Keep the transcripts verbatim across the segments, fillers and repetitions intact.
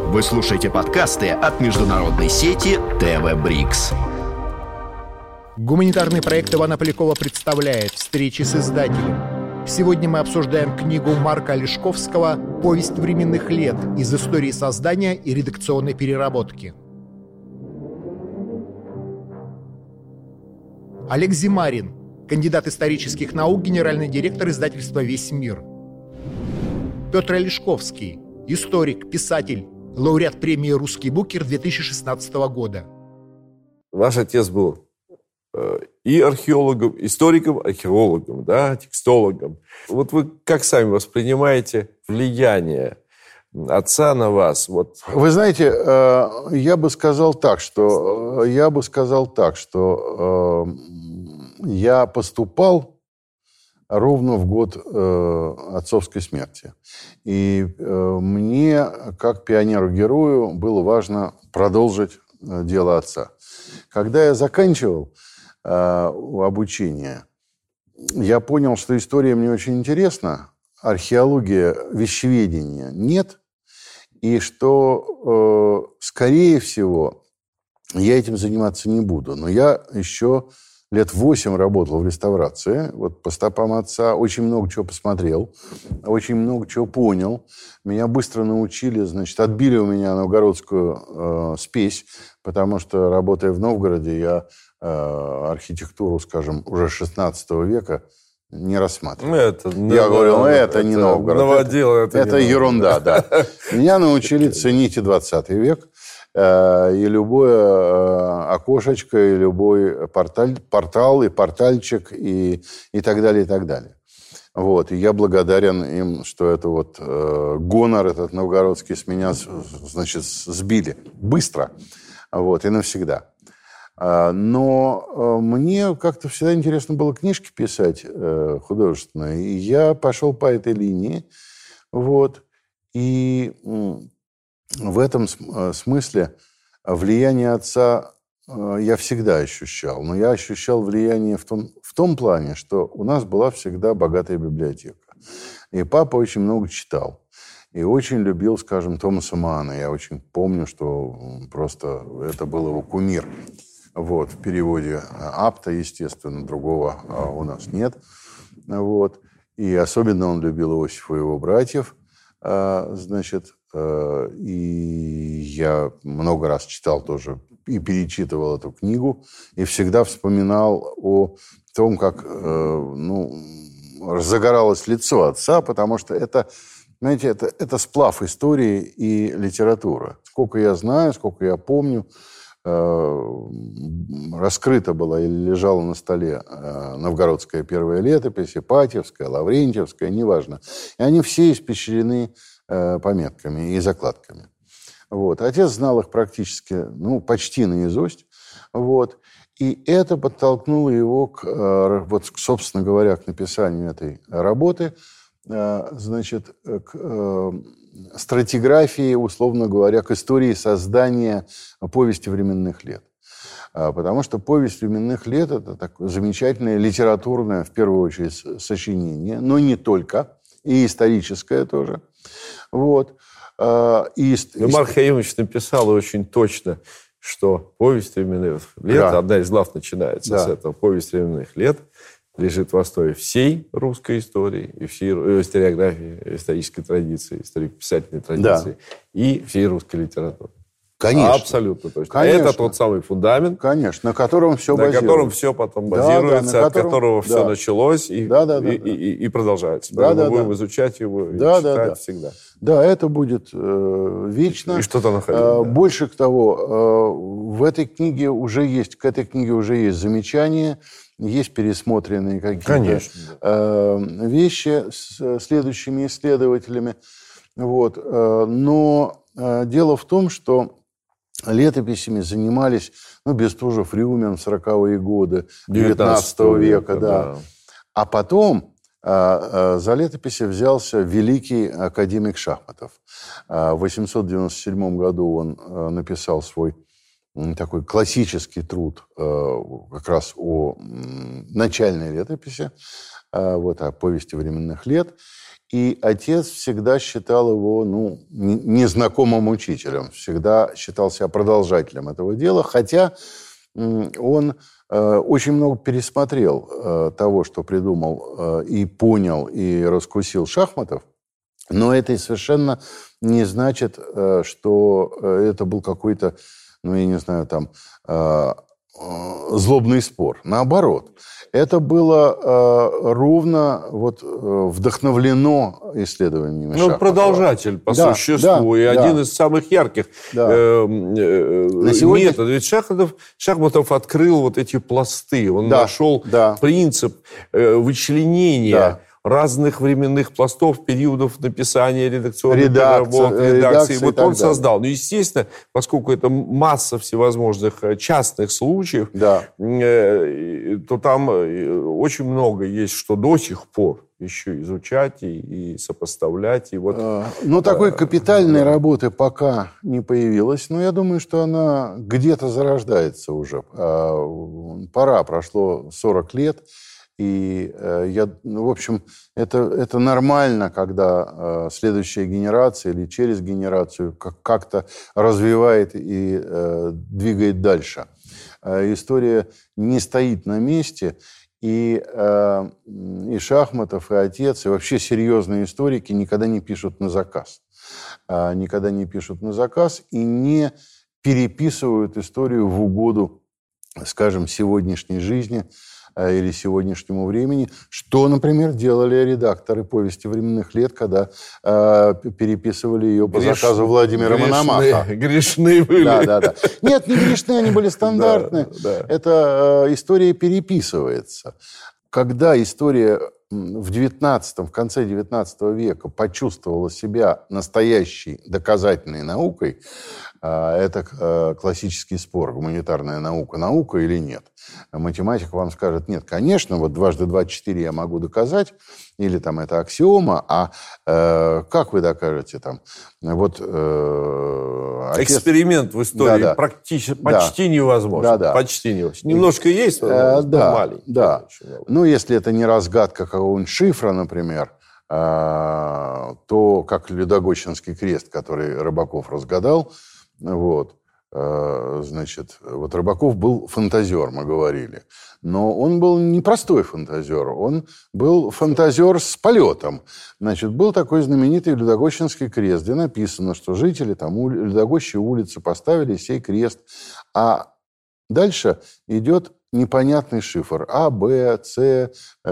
Вы слушаете подкасты от международной сети тэ вэ Брикс. Гуманитарный проект Ивана Полякова представляет «Встречи с издателем». Сегодня мы обсуждаем книгу Марка Олешковского «Повесть временных лет. Из истории создания и редакционной переработки». Олег Зимарин, кандидат исторических наук, генеральный директор издательства «Весь мир». Петр Олешковский, историк, писатель, лауреат премии «Русский букер» две тысячи шестнадцатого года. Ваш отец был и археологом, историком, археологом, да, текстологом. Вот вы как сами воспринимаете влияние отца на вас? Вот. Вы знаете, я бы сказал так, что я бы сказал так, что я поступал ровно в год отцовской смерти. И мне, как пионеру-герою, было важно продолжить дело отца. Когда я заканчивал обучение, я понял, что история мне очень интересна, археология, вещеведения нет, и что, скорее всего, я этим заниматься не буду. Но я еще лет восемь работал в реставрации, вот по стопам отца, очень много чего посмотрел, очень много чего понял. Меня быстро научили, значит, отбили у меня новгородскую э, спесь, потому что, работая в Новгороде, я э, архитектуру, скажем, уже шестнадцатого века не рассматривал. Это, я говорил, ну, это, это не Новгород. Новодел, это, это, это ерунда, да. Меня научили ценить и двадцатый век. И любое окошечко, и любой порталь, портал, и портальчик, и, и так далее, и так далее. Вот. И я благодарен им, что это вот э, гонор этот новгородский с меня, значит, сбили. Быстро. Вот. И навсегда. Но мне как-то всегда интересно было книжки писать э, художественные. И я пошел по этой линии. Вот. И... В этом смысле влияние отца я всегда ощущал. Но я ощущал влияние в том, в том плане, что у нас была всегда богатая библиотека. И папа очень много читал. И очень любил, скажем, Томаса Манна. Я очень помню, что просто это был его кумир. Вот, в переводе Апта, естественно, другого у нас нет. Вот. И особенно он любил Иосифа и его братьев. Значит, и я много раз читал тоже и перечитывал эту книгу, и всегда вспоминал о том, как ну, загоралось лицо отца, потому что это, знаете, это, это сплав истории и литературы. Сколько я знаю, сколько я помню, раскрыта была или лежала на столе новгородская первая летопись, Ипатьевская, Лаврентьевская, неважно. И они все испещрены пометками и закладками. Вот. Отец знал их практически, ну, почти наизусть. Вот. И это подтолкнуло его, к, вот, собственно говоря, к написанию этой работы, значит, к стратиграфии, условно говоря, к истории создания повести временных лет. Потому что повесть временных лет – это такое замечательное литературное, в первую очередь, сочинение, но не только, и историческое тоже. Вот. И... Но Марк Хаимович написал очень точно, что повесть временных лет, да. Одна из глав начинается да. с этого, повесть временных лет лежит в основе всей русской истории, и всей историографии, исторической традиции, историко-писательной традиции, да. и всей русской литературы. Конечно. Абсолютно точно. Конечно. Это тот самый фундамент, конечно, на котором все на базируется. На котором все потом базируется, да, да, от котором, которого да. все началось и, да, да, да, и, да. и, и, и продолжается. Да, Мы да, будем да. изучать его и да, читать да, да. всегда. Да, это будет э, вечно. И что-то находить. Э, да. Больше того, э, в этой книге уже есть, к этой книге уже есть замечания, есть пересмотренные какие-то э, вещи с следующими исследователями. Вот. Э, но э, дело в том, что летописями занимались, ну, Бестужев, Рюмин, сороковые годы девятнадцатого века, да. да. А потом э, э, за летописи взялся великий академик Шахматов. Э, в восемьсот девяносто седьмом году он э, написал свой э, такой классический труд э, как раз о э, начальной летописи, э, вот, о повести временных лет. И отец всегда считал его, ну, незнакомым учителем, всегда считал себя продолжателем этого дела, хотя он э, очень много пересмотрел э, того, что придумал э, и понял, и раскусил Шахматов, но это совершенно не значит, э, что это был какой-то, ну, я не знаю, там, э, э, злобный спор. Наоборот. Это было э, ровно вот, э, вдохновлено исследованиями Ну, Шахматова. Продолжатель, по да, существу, да, и да. один из самых ярких да. э, э, На сегодня... методов. Ведь Шахматов, Шахматов открыл вот эти пласты, он да, нашел да. принцип э, вычленения да. разных временных пластов, периодов написания редакционных Редакция, работ, редакции. редакции Вот он далее. создал. Ну, естественно, поскольку это масса всевозможных частных случаев, да. э, то там очень много есть, что до сих пор еще изучать и, и сопоставлять. И вот, ну, такой капитальной да. работы пока не появилось, но я думаю, что она где-то зарождается уже. Пора, прошло сорок лет. И, э, я, ну, в общем, это, это нормально, когда э, следующая генерация или через генерацию как- как-то развивает и э, двигает дальше. Э, история не стоит на месте, и, э, и Шахматов, и отец, и вообще серьезные историки никогда не пишут на заказ. Э, никогда не пишут на заказ и не переписывают историю в угоду, скажем, сегодняшней жизни или сегодняшнему времени, что, например, делали редакторы «Повести временных лет», когда э, переписывали ее по Греш... заказу Владимира грешные, Мономаха. Грешные были. Да, да, да. Нет, не грешные, они были стандартные. Да, да. Это э, история переписывается. Когда история в девятнадцатом, в конце девятнадцатого века почувствовала себя настоящей доказательной наукой, это классический спор, гуманитарная наука, наука или нет. Математик вам скажет, нет, конечно, вот дважды два четыре я могу доказать, или там это аксиома, а э, как вы докажете там? Вот, э, отец... Эксперимент в истории да, да. Практически, почти да. невозможно. Да, да. Почти невозможно. Немножко есть, но э, да, маленький. Да. Ну, если это не разгадка какого-нибудь шифра, например, э, то, как Людогощенский крест, который Рыбаков разгадал, вот, значит, вот Рыбаков был фантазер, мы говорили. Но он был не простой фантазер, он был фантазер с полетом. Значит, был такой знаменитый Людогощенский крест, где написано, что жители там Людогощей улицы поставили сей крест. А дальше идет непонятный шифр. А, Б, С,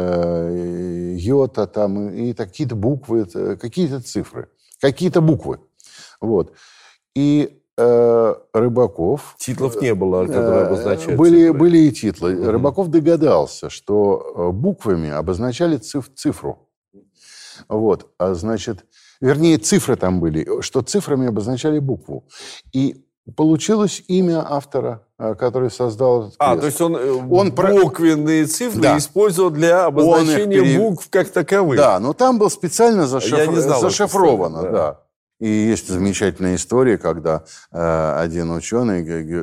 э, Йота там, и какие-то буквы, какие-то цифры, какие-то буквы. Вот. И Рыбаков... Титлов не было, которые обозначают были, цифры. Были и титлы. Угу. Рыбаков догадался, что буквами обозначали циф- цифру. Вот. А значит, вернее, цифры там были, что цифрами обозначали букву. И получилось имя автора, который создал этот крест. А, то есть он, он буквенные цифры да. использовал для обозначения пере... букв как таковых. Да, но там было специально зашифр... знал, зашифровано. Да. Да. И есть замечательная история, когда э, один ученый,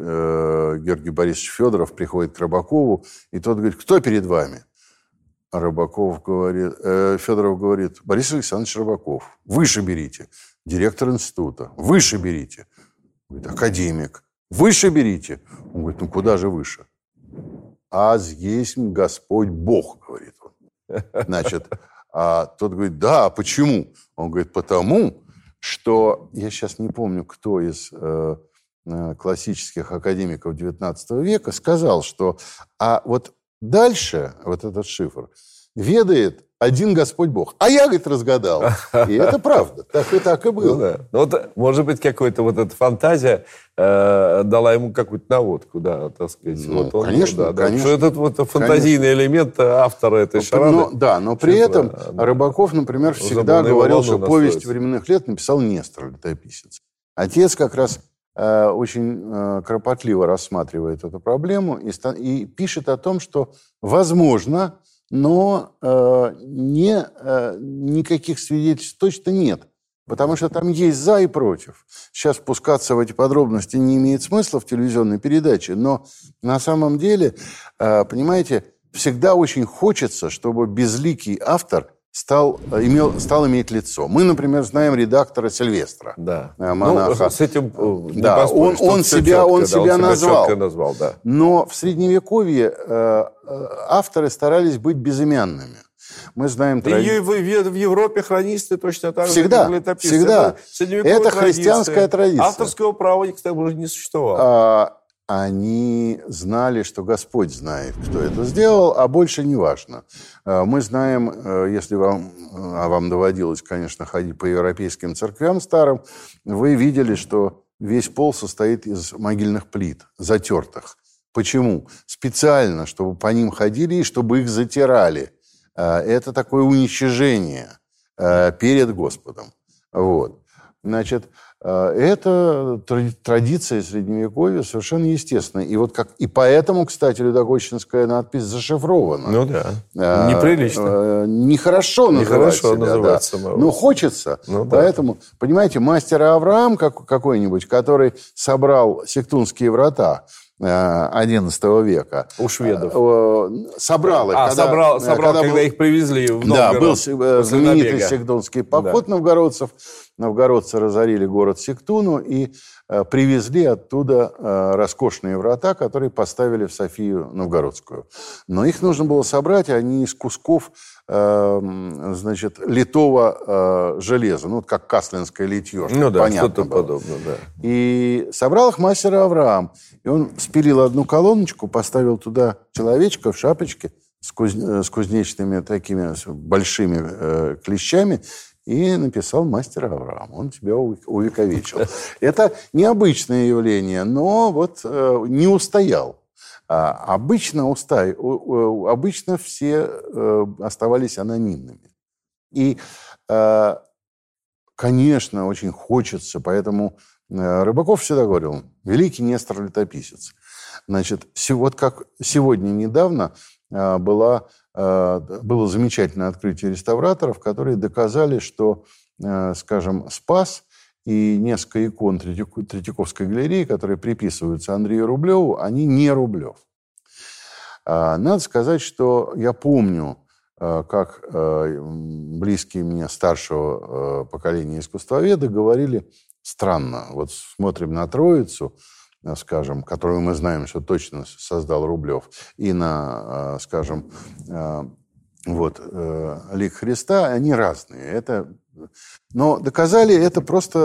э, Георгий Борисович Федоров, приходит к Рыбакову, и тот говорит, кто перед вами? А Рыбаков говорит, э, Федоров говорит, Борис Александрович Рыбаков, выше берите. Директор института, выше берите. Говорит, академик, выше берите. Он говорит, ну куда же выше? Аз есть Господь Бог, говорит он. Значит, а тот говорит, да, а почему? Он говорит, потому... что, я сейчас не помню, кто из э, классических академиков девятнадцатого века сказал, что а вот дальше вот этот шифр ведает один Господь Бог. А я, говорит, разгадал. И это правда. Так и так и было. Ну, да. Ну, вот, может быть, какая-то вот эта фантазия э, дала ему какую-то наводку, да, так сказать. Ну, вот он, конечно, да, да, конечно. Что этот вот фантазийный конечно. элемент автора этой но, шарады. Но, да, но при этом да, Рыбаков, например, всегда говорил, что «Повесть временных лет» написал Нестор, летописец. Отец как раз э, очень э, кропотливо рассматривает эту проблему и, и пишет о том, что возможно... но э, не, э, никаких свидетельств точно нет, потому что там есть за и против. Сейчас впускаться в эти подробности не имеет смысла в телевизионной передаче, но на самом деле, э, понимаете, всегда очень хочется, чтобы безликий автор стал, имел, стал иметь лицо. Мы, например, знаем редактора Сильвестра. Да. Монаха. Ну, с этим не да, поспоришь, он, он, себя, четко, он себя он назвал. Себя назвал да. Но в Средневековье э, авторы старались быть безымянными. Мы знаем... Да тради... и в, в, в Европе хронисты точно так всегда, же, как всегда. Это, это христианская традиция. Авторского права, кстати, уже не существовало. А, они знали, что Господь знает, кто это сделал, а больше не важно. Мы знаем, если вам, а вам доводилось, конечно, ходить по европейским церквям старым, вы видели, что весь пол состоит из могильных плит, затертых. Почему? Специально, чтобы по ним ходили и чтобы их затирали. Это такое уничижение перед Господом. Вот. Значит, это традиция Средневековья совершенно естественная. И вот как и поэтому, кстати, Людогощинская надпись зашифрована. Ну да. А, неприлично. Нехорошо называть себя. называть да. Но хочется. Ну, да. Поэтому, понимаете, мастер Авраам какой-нибудь, который собрал Сектунские врата одиннадцатого века. У шведов. Собрал их. А, когда, собрал, собрал, когда, когда был, их привезли в Новгород. Да, был знаменитый Сектунский поход да. новгородцев. Новгородцы разорили город Сектуну и э, привезли оттуда э, роскошные врата, которые поставили в Софию Новгородскую. Но их нужно было собрать, они из кусков э, значит, литого э, железа, ну, как каслинское литье. Ну да, что-то подобное, да. И собрал их мастер Авраам. И он спилил одну колоночку, поставил туда человечка в шапочке с, куз... с кузнечными такими большими э, клещами, и написал мастер Авраам. Он тебя увековечил. Это необычное явление, но вот э, не устоял. А обычно, устай, у, обычно все э, оставались анонимными. И, э, конечно, очень хочется, поэтому э, Рыбаков всегда говорил, великий Нестор-летописец. Значит, вот как сегодня недавно э, была... было замечательное открытие реставраторов, которые доказали, что, скажем, Спас и несколько икон Третьяковской галереи, которые приписываются Андрею Рублеву, они не Рублев. Надо сказать, что я помню, как близкие мне старшего поколения искусствоведы говорили, странно, вот смотрим на Троицу, скажем, которую мы знаем, что точно создал Рублев, и на, скажем, вот, лик Христа, они разные. Это... Но доказали это просто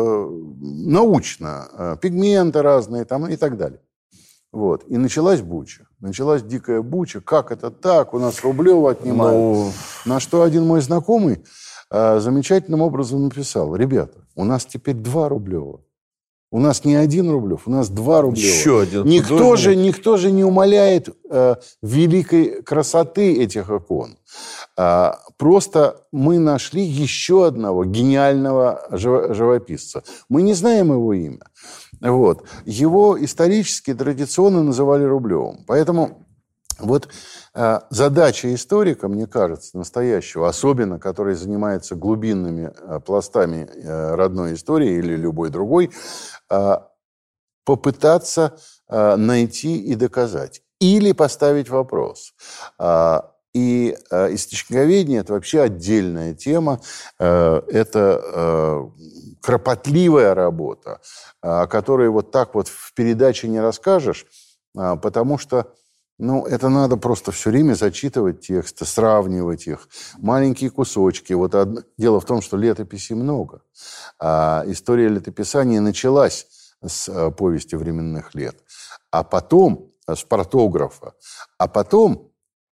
научно. Пигменты разные там, и так далее. Вот. И началась буча. Началась дикая буча. Как это так? У нас Рублева отнимают. Но... На что один мой знакомый замечательным образом написал. Ребята, у нас теперь два Рублева. У нас не один Рублев, у нас два Рублева. Еще один никто же, никто же не умаляет э, великой красоты этих икон. А, просто мы нашли еще одного гениального живописца. Мы не знаем его имя. Вот. Его исторически традиционно называли Рублевым. Поэтому вот э, задача историка, мне кажется, настоящего, особенно который занимается глубинными э, пластами э, родной истории или любой другой, э, попытаться э, найти и доказать. Или поставить вопрос. Э, и э, источниковедение – это вообще отдельная тема. Э, это э, кропотливая работа, о которой вот так вот в передаче не расскажешь, э, потому что ну, это надо просто все время зачитывать тексты, сравнивать их. Маленькие кусочки. Вот одно... Дело в том, что летописей много. А история летописания началась с повести временных лет. А потом, с портографа. А потом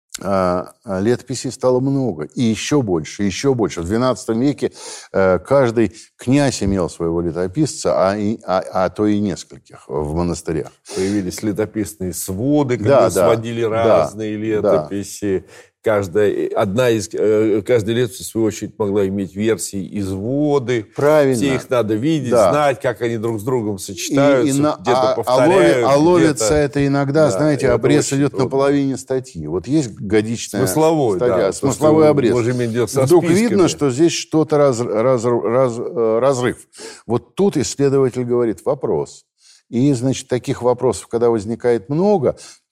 а, летописей стало много. И еще больше, еще больше. В двенадцатом веке а, каждый князь имел своего летописца, а, и, а, а то и нескольких в монастырях. Появились летописные своды, когда да, сводили да, разные да, летописи. Да. Каждая, одна из, каждая летопись, в свою очередь, могла иметь версии и своды. Правильно. Все их надо видеть, да. знать, как они друг с другом сочетаются, и, и на, где-то а, повторяют. А ловится это иногда, да, знаете, обрез идет трудно. На половине статьи. Вот есть годичная смысловой, статья, да, смысловой обрез. Вдруг списками. Видно, что здесь что-то раз, раз, раз, разрыв. Вот тут исследователь говорит, вопрос. И, значит, таких вопросов, когда возникает много,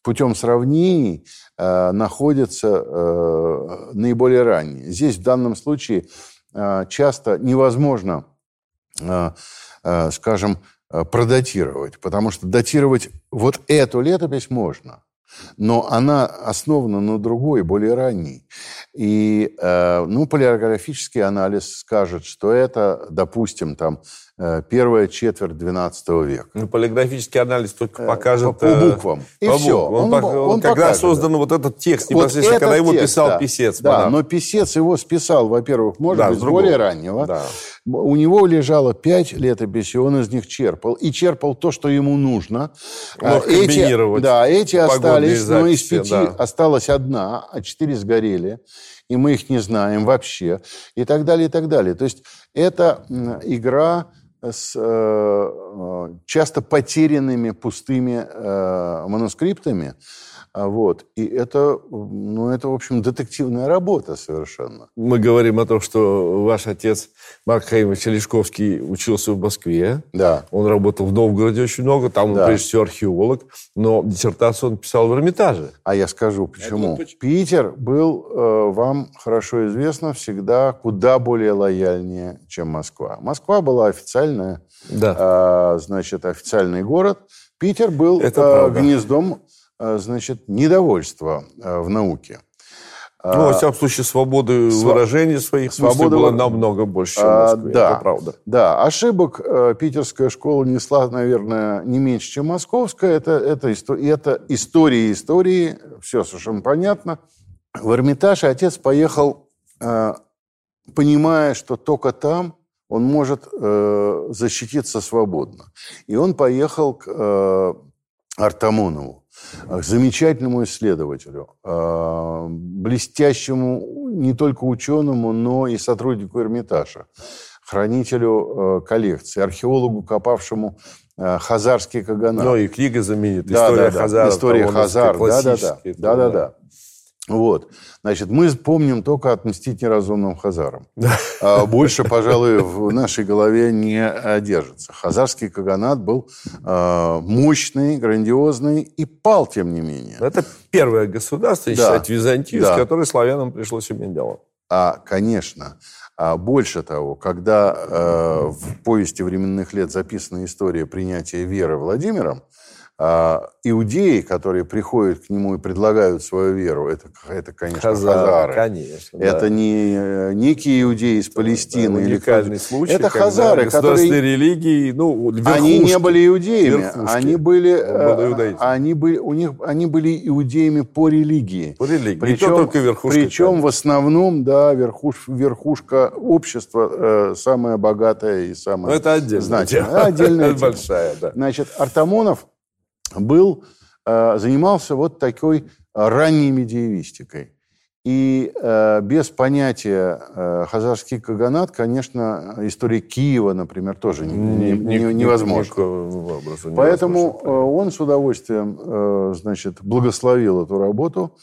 путем сравнений э, находятся э, наиболее ранние. Здесь в данном случае э, часто невозможно, э, э, скажем, продатировать, потому что датировать вот эту летопись можно, но она основана на другой, более ранней. И э, ну, палеографический анализ скажет, что это, допустим, там, первая четверть двенадцатого века. Ну, палеографический анализ только покажет... По, по буквам. И по все. Он, он, он, он когда покажет, создан да. вот этот текст, непосредственно, вот когда его текст, писал да. писец. Да, монах. но писец его списал, во-первых, может да, быть, с более раннего. Да. У него лежало пять летописей, он из них черпал. И черпал то, что ему нужно. Мог эти, да, эти остались, записи, но из пяти да. осталась одна, а четыре сгорели. И мы их не знаем вообще. И так далее, и так далее. То есть это игра с э, часто потерянными пустыми э, манускриптами. Вот. И это, ну, это, в общем, детективная работа совершенно. Мы говорим о том, что ваш отец Марк Хаимович Олешковский учился в Москве. Да. Он работал в Новгороде очень много. Там он, да. прежде всего, археолог. Но диссертацию он писал в Эрмитаже. А я скажу, почему. почему. Питер был, э, вам хорошо известно, всегда куда более лояльнее, чем Москва. Москва была официальная, да. э, значит, официальный город. Питер был э, гнездом, значит, недовольство в науке. Ну, во всяком случае, свободы Св... выражения своих Свобода... мыслей было намного больше, чем в Москве. Да, это правда. Да, ошибок питерская школа несла, наверное, не меньше, чем московская. Это, это, это истории истории, все совершенно понятно. В Эрмитаж отец поехал, понимая, что только там он может защититься свободно. И он поехал к Артамонову, к замечательному исследователю, блестящему не только ученому, но и сотруднику Эрмитажа, хранителю коллекции, археологу, копавшему хазарский каганат. Ну и книга знаменитая, да, «История да, Хазаров». Да. «История Хазар», да-да-да. Да-да-да. Вот. Значит, мы помним только «Отмстить неразумным хазарам». А больше, пожалуй, в нашей голове не держится. Хазарский каганат был э, мощный, грандиозный и пал, тем не менее. Это первое государство, да. считать, Византию, да. с которой славянам пришлось иметь дело. А, конечно. А больше того, когда э, в повести временных лет записана история принятия веры Владимиром, А иудеи, которые приходят к нему и предлагают свою веру, это, это конечно, Хазары. хазары. Конечно, это да. не некие иудеи из Палестины. Да, уникальный или случай, это хазары, которые... религии, ну, они не были иудеями. Они были, э, они были, у них, они были иудеями по религии. По религии. Причем, не только верхушка. Причем конечно. В основном, да, верхуш, верхушка общества э, самая богатая и самая... Ну, это отдельная значимая. Отдельная тема. Большая, да. Значит, Артамонов был, занимался вот такой ранней медиевистикой. И э, без понятия э, хазарский каганат, конечно, история Киева, например, тоже не, не, не, невозможно. Образу Поэтому невозможно. он с удовольствием э, значит, благословил эту работу.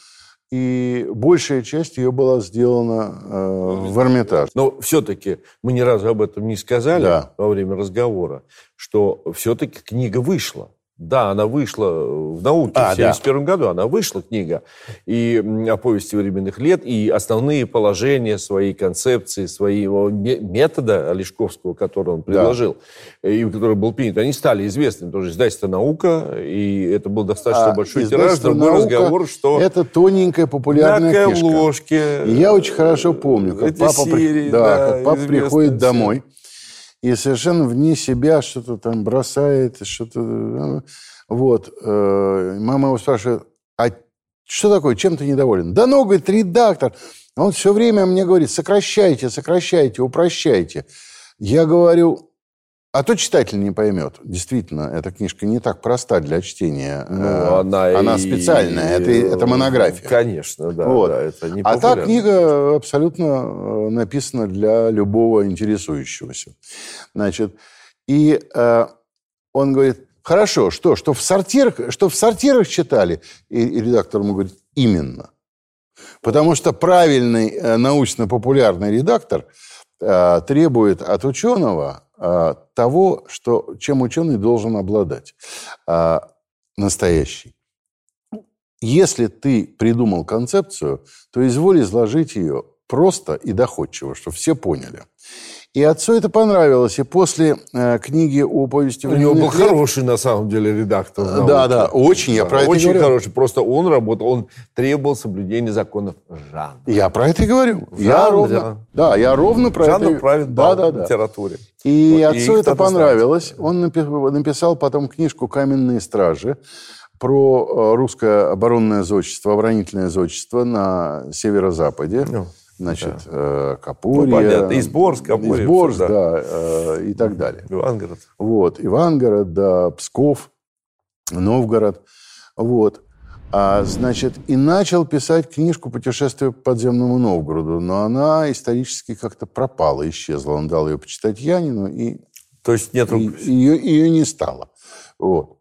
И большая часть ее была сделана э, в Эрмитаже. Но все-таки мы ни разу об этом не сказали да. во время разговора, что все-таки книга вышла. Да, она вышла в науке а, в семьдесят первом да. году, она вышла, книга, и о повести временных лет, и основные положения своей концепции, своего метода Олешковского, который он предложил, да. и который был принят, они стали известными. Потому что издательство «Наука», и это был достаточно а большой тираж. Другой разговор, что... Это тоненькая популярная на книжка. Обложке. И я очень хорошо помню, как папа, серии, да, да, как папа приходит домой, и совершенно вне себя что-то там бросает, что-то... Вот. Мама его спрашивает, а что такое, чем ты недоволен? Да ну, говорит, редактор. Он все время мне говорит, сокращайте, сокращайте, упрощайте. Я говорю, а то читатель не поймет. Действительно, эта книжка не так проста для чтения. Ну, она она и... специальная, это, это монография. Конечно, да. Вот. да это не а та книга абсолютно написана для любого интересующегося. Значит, и э, он говорит, хорошо, что, что в сортирах, что в сортирах читали? И, и редактор ему говорит, именно. Потому что правильный э, научно-популярный редактор э, требует от ученого э, того, что, чем ученый должен обладать. Э, настоящий. если ты придумал концепцию, то изволь изложить ее просто и доходчиво, чтобы все поняли. И отцу это понравилось. И после э, книги о повести временных лет... У него был лет... хороший, на самом деле, редактор. Да, да, да, очень, я да, про это очень говорю. Очень хороший. Просто он работал, он требовал соблюдения законов жанра. Я про это и говорю. Жанр, я ровно, да. да, я ровно про жанр это... Жанр правит да, да, да, в литературе. И вот, отцу и это понравилось. знать. Он написал потом книжку «Каменные стражи» про русское оборонное зодчество, оборонительное зодчество на северо-западе. Ну. Значит, да. Капурья, ну, Изборск, Капурья, Изборск, да. да, и так далее. Ивангород. Вот, Ивангород, да, Псков, Новгород. Вот. А, значит, и начал писать книжку «Путешествие по подземному Новгороду», но она исторически как-то пропала, исчезла. Он дал ее почитать Янину, и, То есть нет и ее, ее не стало. Вот.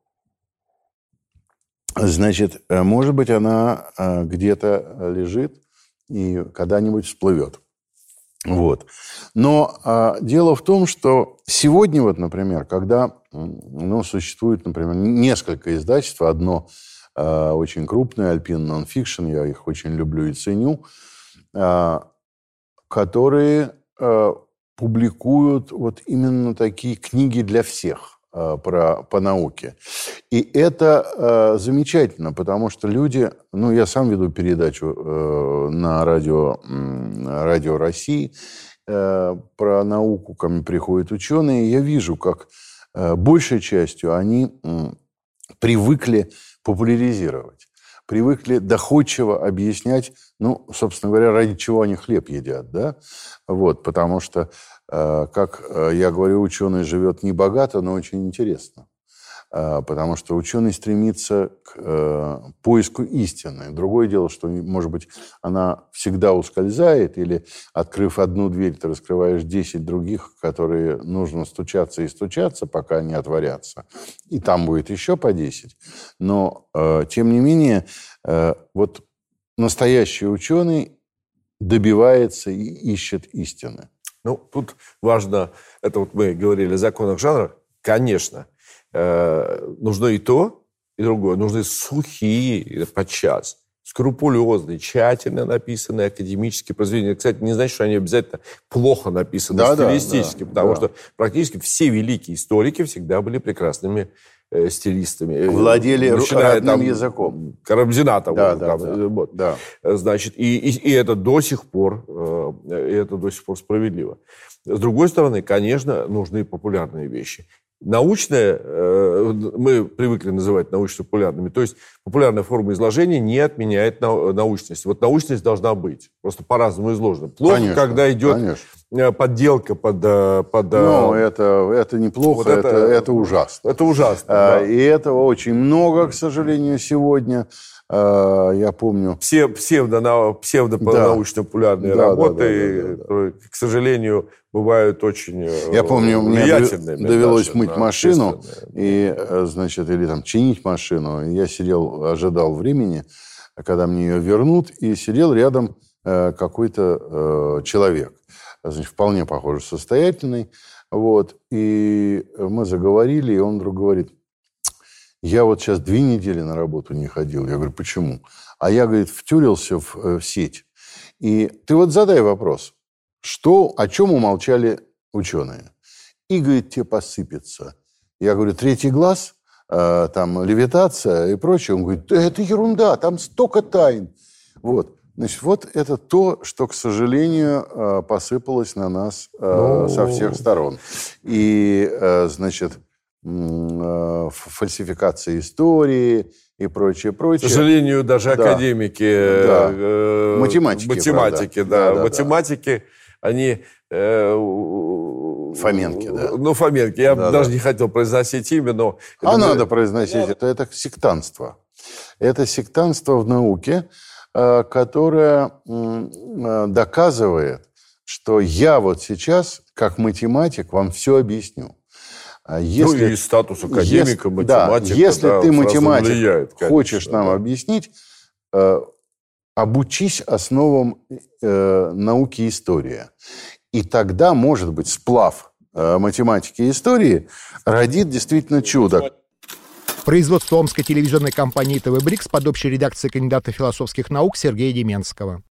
Значит, может быть, она где-то лежит и когда-нибудь всплывет. Вот. Но а, дело в том, что сегодня, вот, например, когда ну, существует, например, несколько издательств, одно а, очень крупное, Alpine Nonfiction, я их очень люблю и ценю, а, которые а, публикуют вот именно такие книги для всех. Про, по науке. И это э, замечательно, потому что люди... Ну, я сам веду передачу э, на радио, э, радио России э, про науку, ко мне приходят ученые, и я вижу, как э, большей частью они э, привыкли популяризировать, привыкли доходчиво объяснять, ну, собственно говоря, ради чего они хлеб едят, да? Вот, потому что как я говорю, ученый живет не богато, но очень интересно. Потому что ученый стремится к поиску истины. Другое дело, что, может быть, она всегда ускользает, или, открыв одну дверь, ты раскрываешь десять других, которые нужно стучаться и стучаться, пока они отворятся. И там будет еще по десять. Но, тем не менее, вот настоящий ученый добивается и ищет истины. Ну, тут важно, это вот мы говорили о законах жанра, конечно, э, нужно и то, и другое. Нужны сухие, подчас, скрупулезные, тщательно написанные академические произведения. Кстати, не значит, что они обязательно плохо написаны да, стилистически, да, потому да. что практически все великие историки всегда были прекрасными э, стилистами. Владели Начиная, родным там, языком. Карамзина того. Да, там, да, вот. да. Значит, и, и, и это до сих пор, э, и это до сих пор справедливо. С другой стороны, конечно, нужны популярные вещи. Научное, э, мы привыкли называть научно-популярными, то есть популярная форма изложения не отменяет нау- научность. Вот научность должна быть, просто по-разному изложена. Плохо, конечно, когда идет конечно. подделка под... под ну, это, это неплохо, вот это, это, это ужасно. Это ужасно, а, да. И этого очень много, к сожалению, сегодня. А, я помню... Все псевдо, псевдо-научно-популярные да. работы, да, да, да, да, да. к сожалению, бывают очень я помню, влиятельными. Мне довелось даже, мыть да, машину, и, значит, или там чинить машину. И я сидел, ожидал времени, когда мне ее вернут, и сидел рядом э, какой-то э, человек, значит, вполне, похоже, состоятельный. Вот, и мы заговорили, и он вдруг говорит: я вот сейчас две недели на работу не ходил. Я говорю: почему? А я, говорит, втюрился в, в сеть. И ты вот задай вопрос. Что, о чем умолчали ученые? И, говорит, тебе посыпется. Я говорю: третий глаз, э, там, левитация и прочее. Он говорит: да это ерунда, там столько тайн. Вот. Значит, вот это то, что, к сожалению, э, посыпалось на нас э, со всех сторон. И, э, значит, э, фальсификация истории и прочее, прочее. К сожалению, даже да. академики, да. э, математики, математики, да, да, да, математики, да. они... Э, Фоменки, да. Ну, Фоменки. Я да, даже да. не хотел произносить имя, но... А это... надо произносить. Да. Это, это сектантство. Это сектантство в науке, которое доказывает, что я вот сейчас, как математик, вам все объясню. Если, ну, и статус академика, если, математика. Да, если да, ты математик, влияет, конечно, хочешь нам да. объяснить, э, обучись основам э, науки истории. И тогда, может быть, сплав э, математики и истории родит действительно чудо. Производство омской телевизионной компании ТВ Брикс под общей редакцией кандидата философских наук Сергея Деменского.